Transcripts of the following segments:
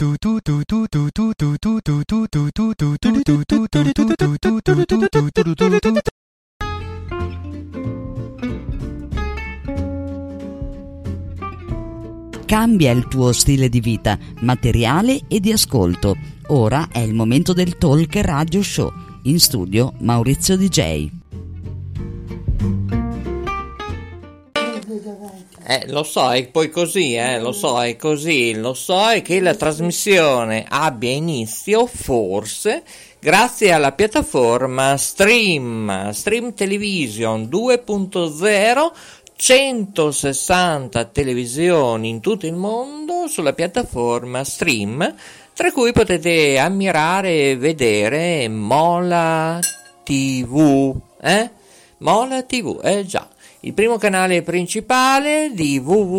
Cambia il tuo stile di vita, materiale e di ascolto. Ora è il momento del Talk Radio Show. In studio Maurizio DJ. Lo so, è poi così, lo so, è così, lo so, è che la trasmissione abbia inizio, forse, grazie alla piattaforma Stream Television 2.0, 160 televisioni in tutto il mondo sulla piattaforma Stream, tra cui potete ammirare e vedere Mola TV, Mola TV, già. Il primo canale principale di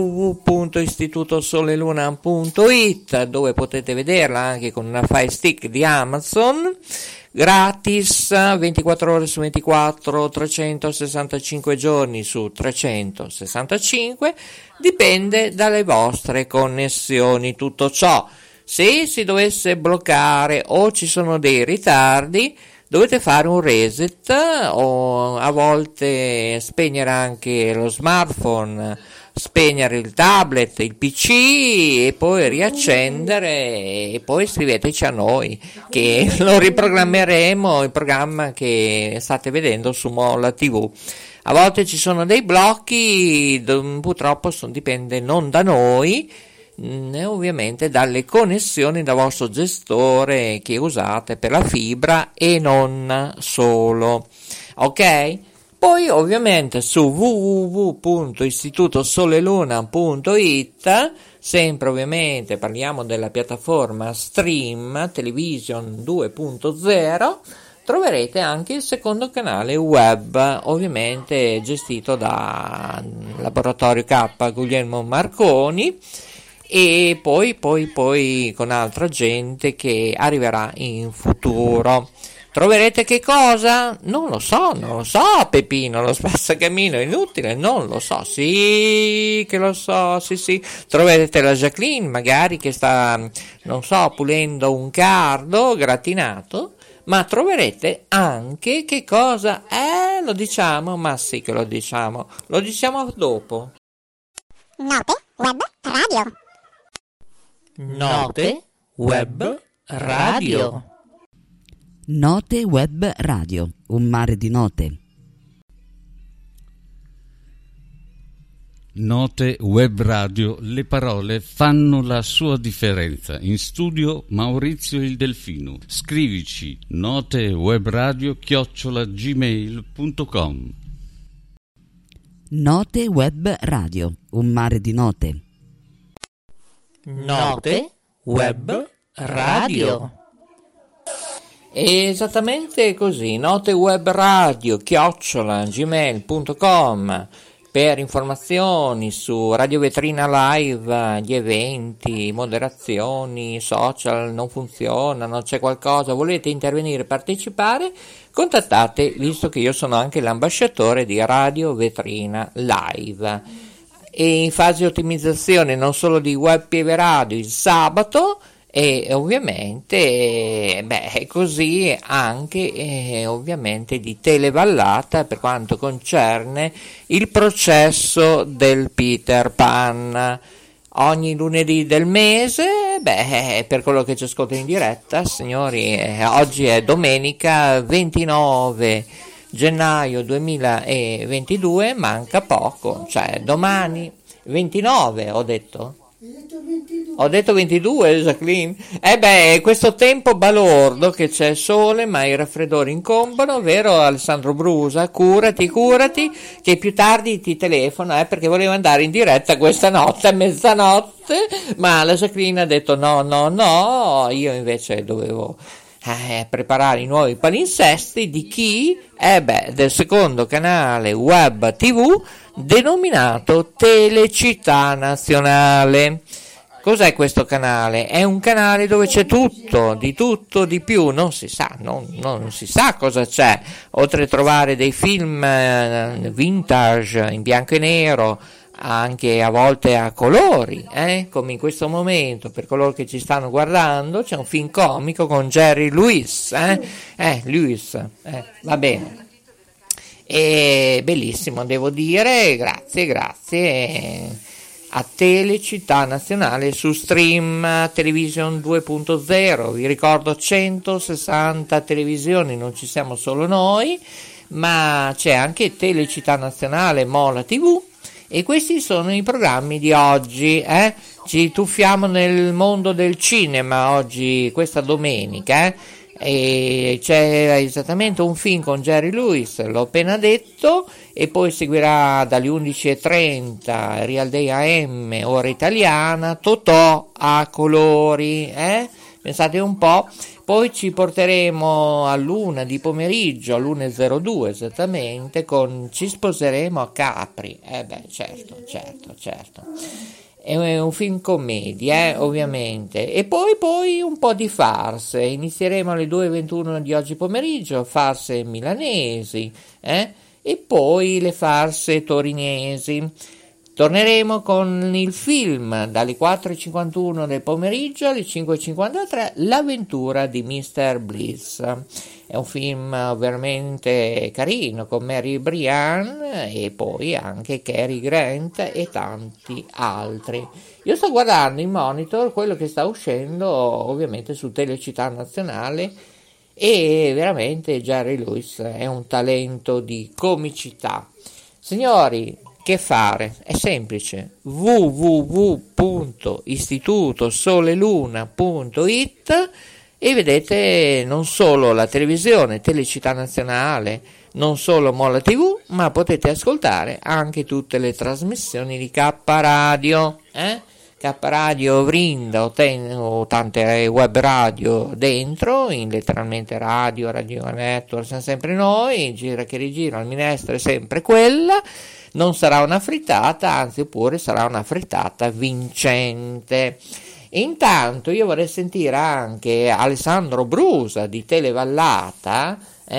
www.istitutosoleluna.it, dove potete vederla anche con una Fire Stick di Amazon, gratis 24 ore su 24, 365 giorni su 365, dipende dalle vostre connessioni tutto ciò. Se si dovesse bloccare o ci sono dei ritardi, dovete fare un reset o a volte spegnere anche lo smartphone, spegnere il tablet, il PC e poi riaccendere e poi scriveteci a noi che lo riprogrammeremo, il programma che state vedendo su Mola TV. A volte ci sono dei blocchi, purtroppo dipende non da noi, ovviamente dalle connessioni del vostro gestore che usate per la fibra e non solo, ok? Poi ovviamente su www.istitutosoleluna.it, sempre ovviamente parliamo della piattaforma Stream Television 2.0, troverete anche il secondo canale web, ovviamente gestito da Laboratorio K Guglielmo Marconi, e poi con altra gente che arriverà in futuro. Troverete che cosa? Non lo so, Peppino, lo spazzacamino è inutile, non lo so, sì che lo so, sì. Troverete la Jacqueline magari che sta, non so, pulendo un cardo gratinato, ma troverete anche che cosa? Lo diciamo? Ma sì che lo diciamo dopo. Note Web Radio. Note Web Radio. Note Web Radio, un mare di note. Note Web Radio, le parole fanno la sua differenza. In studio Maurizio il Delfino. Scrivici notewebradio@gmail.com. Note Web Radio, un mare di note. Note Web Radio. Esattamente così, Note Web Radio @gmail.com per informazioni su Radio Vetrina Live, gli eventi, moderazioni, social non funzionano, c'è qualcosa, volete intervenire, partecipare, contattate, visto che io sono anche l'ambasciatore di Radio Vetrina Live. E in fase di ottimizzazione non solo di Web Pieve Radio il sabato, e ovviamente è così anche ovviamente di Televallata per quanto concerne il processo del Peter Pan ogni lunedì del mese. Per quello che ci ascolta in diretta, signori, oggi è domenica 29 gennaio 2022, manca poco, cioè domani 29 ho detto 22, Jacqueline. Questo tempo balordo che c'è sole ma i raffreddori incombono, vero Alessandro Brusa? Curati che più tardi ti telefono perché volevo andare in diretta questa notte a mezzanotte, ma la Jacqueline ha detto no, io invece dovevo preparare i nuovi palinsesti di chi? Del secondo canale web TV denominato Telecittà Nazionale. Cos'è questo canale? È un canale dove c'è tutto, di più, non si sa cosa c'è, oltre a trovare dei film vintage in bianco e nero, anche a volte a colori, come in questo momento. Per coloro che ci stanno guardando c'è un film comico con Jerry Lewis, va bene. E bellissimo, devo dire, grazie a Telecittà Nazionale su Stream Television 2.0. Vi ricordo 160 televisioni, non ci siamo solo noi, ma c'è anche Telecittà Nazionale, Mola TV, e questi sono i programmi di oggi. Ci tuffiamo nel mondo del cinema oggi, questa domenica, e c'è esattamente un film con Jerry Lewis, l'ho appena detto, e poi seguirà dalle 11:30 Real Day AM, ora italiana, Totò a colori, pensate un po'. Poi ci porteremo all'1 di pomeriggio, all'1:02 esattamente, con Ci sposeremo a Capri. Certo. È un film commedia, ovviamente. E poi un po' di farse. Inizieremo alle 2:21 di oggi pomeriggio, farse milanesi, e poi le farse torinesi. Torneremo con il film dalle 4:51 del pomeriggio alle 5:53, L'avventura di Mr. Bliss. È un film veramente carino con Mary Brian e poi anche Cary Grant e tanti altri. Io sto guardando in monitor quello che sta uscendo ovviamente su Telecittà Nazionale, e veramente Jerry Lewis è un talento di comicità. Signori, che fare? È semplice: www.istitutosoleluna.it, e vedete non solo la televisione, Telecittà Nazionale, non solo Mola TV, ma potete ascoltare anche tutte le trasmissioni di K Radio. K Radio brinda o tante web radio dentro, in letteralmente Radio Network, siamo sempre noi, gira che rigira, la minestra è sempre quella. Non sarà una frittata, anzi, oppure sarà una frittata vincente. Intanto io vorrei sentire anche Alessandro Brusa di Televallata,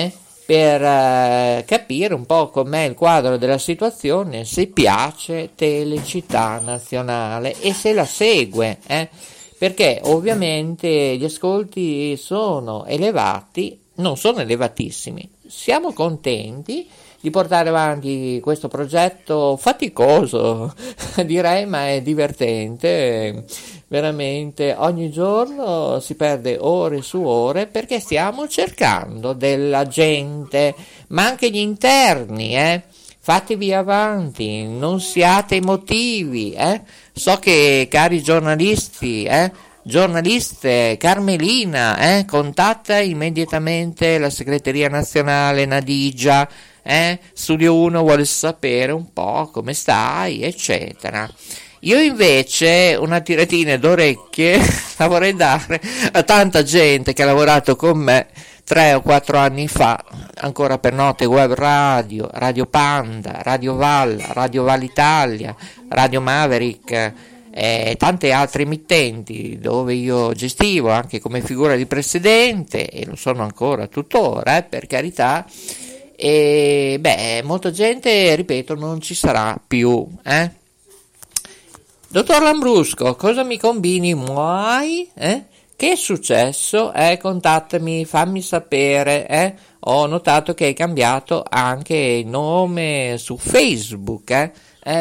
per capire un po' com'è il quadro della situazione, se piace Telecittà Nazionale e se la segue, perché ovviamente gli ascolti sono elevati, non sono elevatissimi. Siamo contenti di portare avanti questo progetto faticoso, direi, ma è divertente. Veramente ogni giorno si perde ore su ore perché stiamo cercando della gente, ma anche gli interni, fatevi avanti, non siate emotivi, so che cari giornalisti, giornaliste, Carmelina, contatta immediatamente la segreteria nazionale Nadigia, Studio 1 vuole sapere un po' come stai, eccetera. Io invece una tiratina d'orecchie la vorrei dare a tanta gente che ha lavorato con me 3 o 4 anni fa, ancora per Note Web Radio, Radio Panda, Radio Val Italia, Radio Maverick e tante altre emittenti dove io gestivo anche come figura di presidente, e lo sono ancora tuttora, per carità. E molta gente, ripeto, non ci sarà più, Dottor Lambrusco, cosa mi combini? Muoi? Che è successo? Contattami, fammi sapere, Ho notato che hai cambiato anche il nome su Facebook,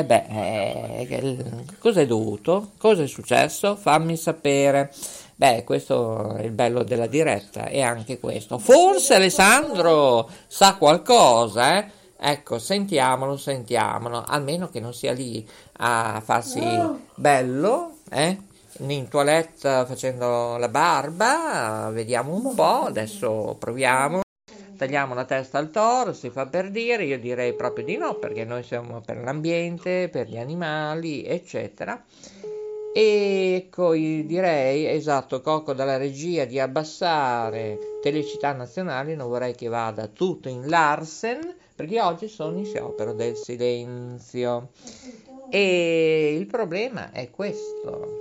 cosa è dovuto? Cosa è successo? Fammi sapere. Questo è il bello della diretta, e anche questo. Forse Alessandro sa qualcosa, Ecco, sentiamolo, almeno che non sia lì a farsi bello, in toilette facendo la barba. Vediamo un po', adesso proviamo. Tagliamo la testa al toro, si fa per dire. Io direi proprio di no, perché noi siamo per l'ambiente, per gli animali, eccetera. E ecco, direi, esatto, Cocco dalla regia, di abbassare Telecittà Nazionale. Non vorrei che vada tutto in Larsen, perché oggi sono in sciopero del silenzio, e il problema è questo.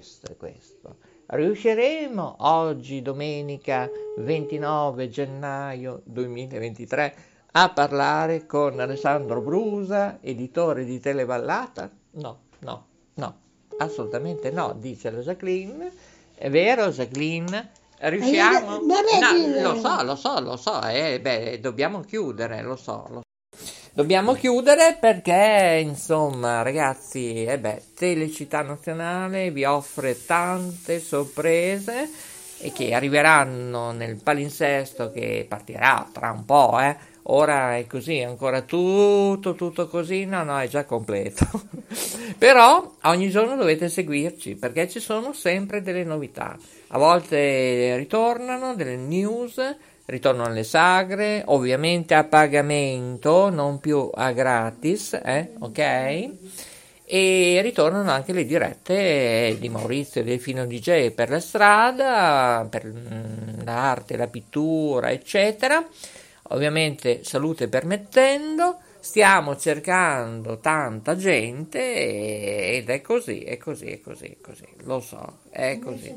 Riusciremo oggi, domenica 29 gennaio 2023, a parlare con Alessandro Brusa, editore di Televallata? no, assolutamente no, dice la Jacqueline. È vero, Jacqueline? Riusciamo? Non è dire. Lo so, dobbiamo chiudere, lo so. Dobbiamo chiudere perché, insomma, ragazzi, Telecittà Nazionale vi offre tante sorprese e che arriveranno nel palinsesto che partirà tra un po', Ora è così, ancora tutto così, no, è già completo. Però ogni giorno dovete seguirci perché ci sono sempre delle novità. A volte ritornano delle news, ritornano le sagre, ovviamente a pagamento, non più a gratis, ok? E ritornano anche le dirette di Maurizio Delfino DJ per la strada, per l'arte, la pittura, eccetera. Ovviamente, salute permettendo, stiamo cercando tanta gente ed è così, lo so, è così.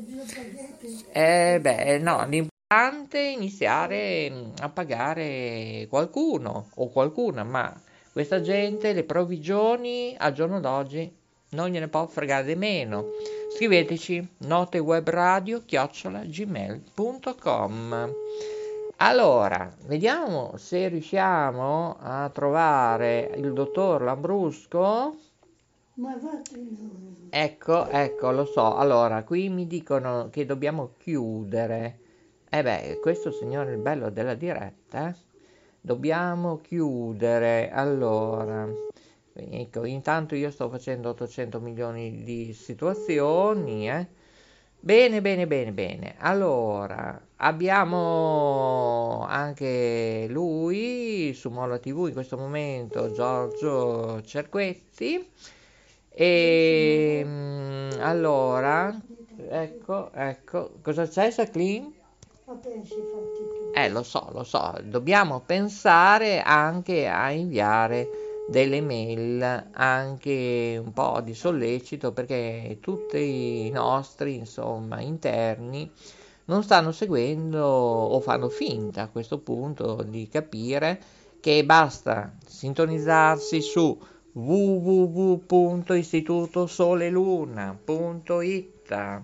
No, l'importante è iniziare a pagare qualcuno o qualcuna, ma questa gente le provvigioni al giorno d'oggi non gliene può fregare di meno. Scriveteci notewebradio@gmail.com. Allora, vediamo se riusciamo a trovare il dottor Lambrusco. Ma vattene. Ecco, lo so. Allora, qui mi dicono che dobbiamo chiudere. Questo signore è il bello della diretta. Dobbiamo chiudere. Allora, ecco, intanto io sto facendo 800 milioni di situazioni, Bene. Allora, abbiamo anche lui su Mola TV in questo momento, Giorgio Cerquetti. E allora, ecco, cosa c'è, Jacqueline? Lo so, dobbiamo pensare anche a inviare delle mail, anche un po' di sollecito, perché tutti i nostri, insomma, interni non stanno seguendo o fanno finta a questo punto di capire che basta sintonizzarsi su www.istitutosoleluna.it.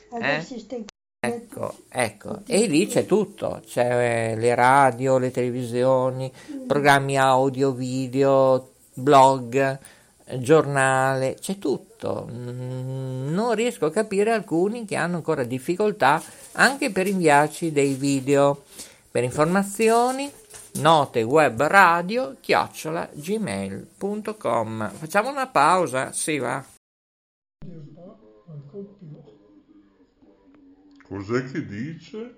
Ecco, e lì c'è tutto, c'è le radio, le televisioni, programmi audio, video, blog, giornale, c'è tutto. Non riesco a capire alcuni che hanno ancora difficoltà anche per inviarci dei video. Per informazioni, notewebradio@gmail.com. Facciamo una pausa, sì, va. Cos'è che dice?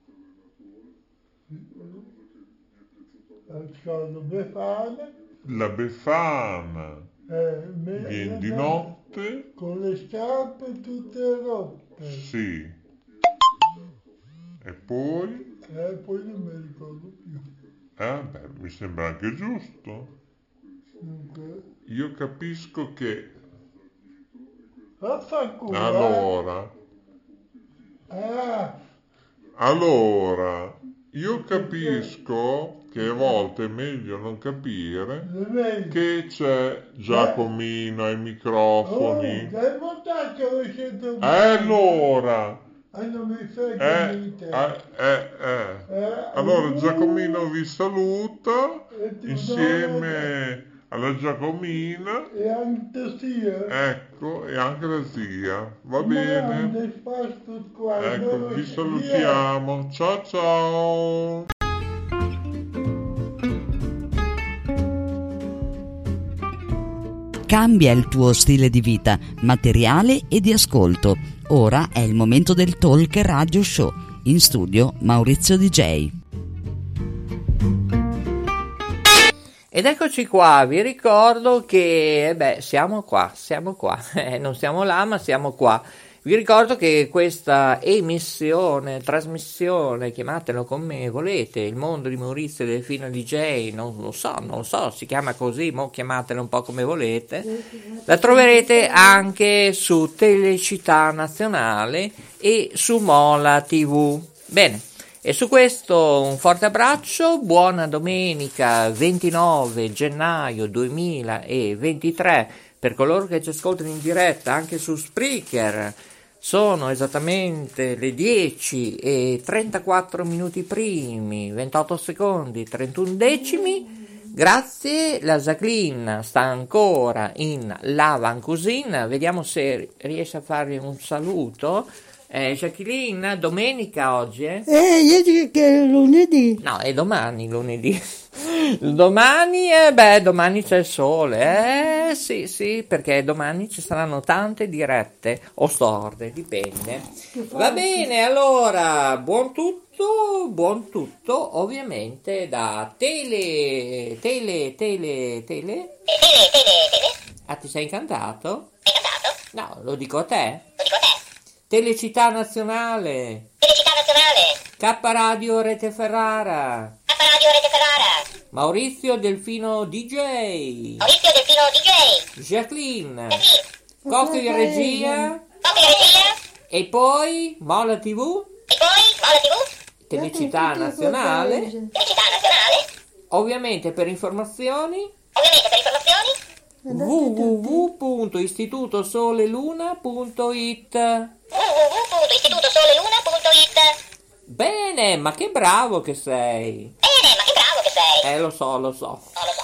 La Befana viene di notte con le scarpe tutte rotte. Sì. E poi? Poi non mi ricordo più. Mi sembra anche giusto. Io capisco che allora, io capisco che a volte è meglio non capire che c'è Giacomino ai microfoni. Allora, non mi frega niente. Allora Giacomino vi saluta insieme alla Giacomina e anche la zia. Ecco, e anche la zia. Va bene. Ecco, vi salutiamo. Ciao. Cambia il tuo stile di vita, materiale e di ascolto. Ora è il momento del Talk Radio Show. In studio Maurizio DJ. Ed eccoci qua, vi ricordo che siamo qua, non siamo là ma siamo qua. Vi ricordo che questa trasmissione, chiamatelo come volete, il mondo di Maurizio Delfino DJ, non lo so, si chiama così, chiamatelo un po' come volete, la troverete anche su Telecittà Nazionale e su Mola TV. Bene, E su questo un forte abbraccio, buona domenica 29 gennaio 2023 per coloro che ci ascoltano in diretta anche su Spreaker. Sono esattamente le 10 e 34 minuti primi, 28 secondi, 31 decimi. Grazie, la Jacqueline sta ancora in Lava in Cucina, vediamo se riesce a farvi un saluto. Jacqueline, domenica oggi, io dico che è lunedì. No, è domani lunedì. Domani c'è il sole, sì, perché domani ci saranno tante dirette o storde, dipende. Va bene, allora, buon tutto, ovviamente da Tele. Ah, ti sei incantato? No, lo dico a te. Telecittà Nazionale. K Radio Rete Ferrara. Maurizio Delfino DJ. Jacqueline. Cocco in regia. E poi Mola TV. Telecittà Nazionale. Ovviamente per informazioni www.istitutosoleluna.it. Bene, ma che bravo che sei. Lo so.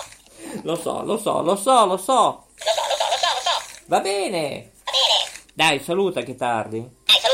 Va bene. Dai, saluta che tardi.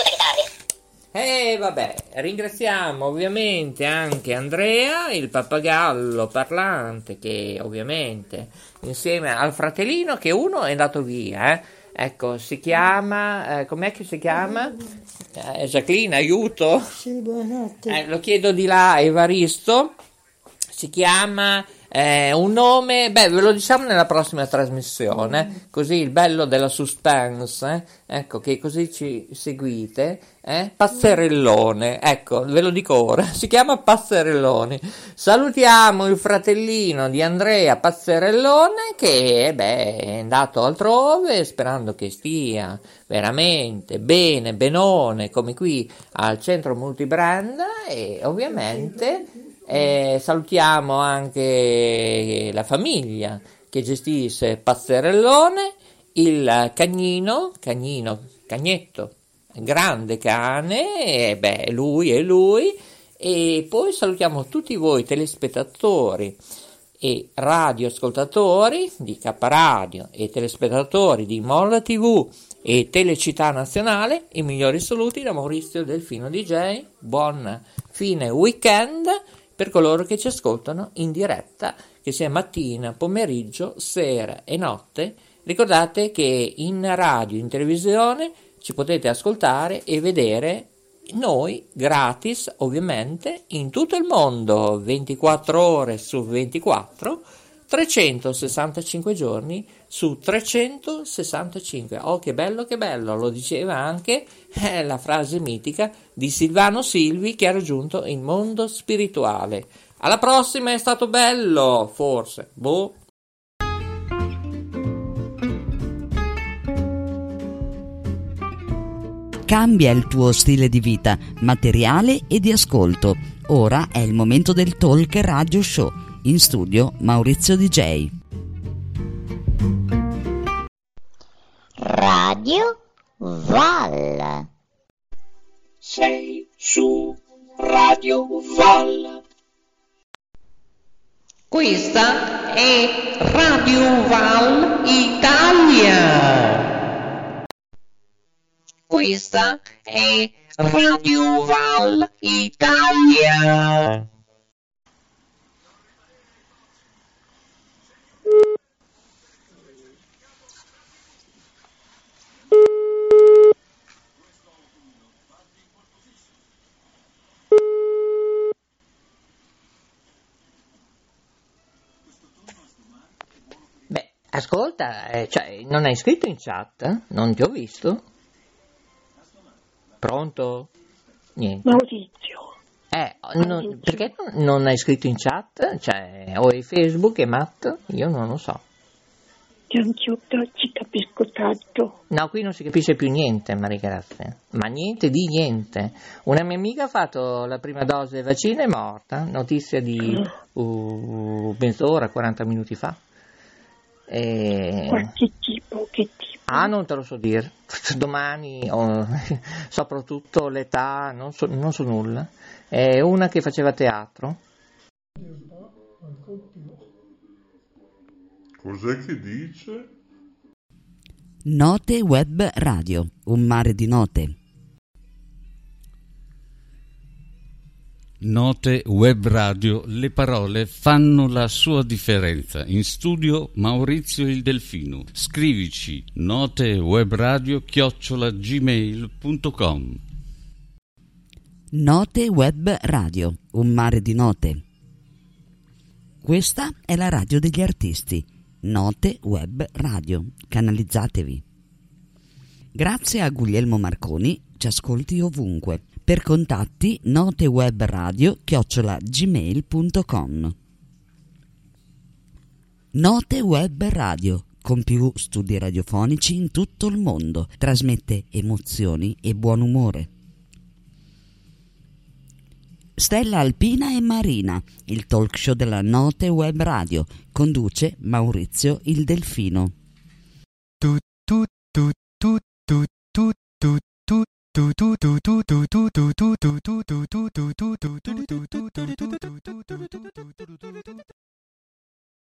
Vabbè, ringraziamo ovviamente anche Andrea, il pappagallo parlante, che ovviamente insieme al fratellino, che uno è andato via, ecco, si chiama, com'è che si chiama? Jacqueline, aiuto? Sì, buonanotte. Lo chiedo di là, Evaristo, si chiama... un nome, ve lo diciamo nella prossima trasmissione, così il bello della suspense, ecco, che così ci seguite, Pazzerellone, ecco, ve lo dico ora, si chiama Pazzerellone. Salutiamo il fratellino di Andrea Pazzerellone che è andato altrove, sperando che stia veramente bene, benone, come qui al centro multibrand, e ovviamente salutiamo anche la famiglia che gestisce Pazzerellone, il cagnetto, grande cane, lui, e poi salutiamo tutti voi telespettatori e radioascoltatori di K Radio e telespettatori di Molla TV e Telecittà Nazionale. I migliori saluti da Maurizio Delfino DJ, buon fine weekend per coloro che ci ascoltano in diretta, che sia mattina, pomeriggio, sera e notte. Ricordate che in radio, in televisione, ci potete ascoltare e vedere noi gratis, ovviamente, in tutto il mondo, 24 ore su 24, 365 giorni su 365. Oh, che bello, lo diceva anche la frase mitica di Silvano Silvi, che ha raggiunto il mondo spirituale. Alla prossima, è stato bello, forse, boh. Cambia il tuo stile di vita, materiale e di ascolto. Ora è il momento del Talk Radio Show. In studio Maurizio DJ. Radio Val. Sei su Radio Val. Questa è Radio Val Italia. Questa è Radio Val Italia. Ascolta, non hai scritto in chat? Non ti ho visto? Pronto? Niente. Maurizio. Perché non hai scritto in chat? O è Facebook è Matt? Io non lo so. anch'io ci capisco tanto. No, qui non si capisce più niente, Maria Grazia, ma niente di niente. Una mia amica ha fatto la prima dose del vaccino e è morta, notizia di mezz'ora, 40 minuti fa. Che tipo? Ah, non te lo so dire, domani, soprattutto l'età, non so nulla. È una che faceva teatro. Cos'è che dice? Note Web Radio, un mare di note. Note Web Radio, le parole fanno la sua differenza. In studio Maurizio il Delfino. Scrivici notewebradio@gmail.com. Note Web Radio, un mare di note. Questa è la radio degli artisti. Note Web Radio, canalizzatevi. Grazie a Guglielmo Marconi, ci ascolti ovunque. Per contatti notewebradio@gmail.com. Note Web Radio, con più studi radiofonici in tutto il mondo, trasmette emozioni e buon umore. Stella Alpina e Marina, il talk show della Note Web Radio, conduce Maurizio il Delfino.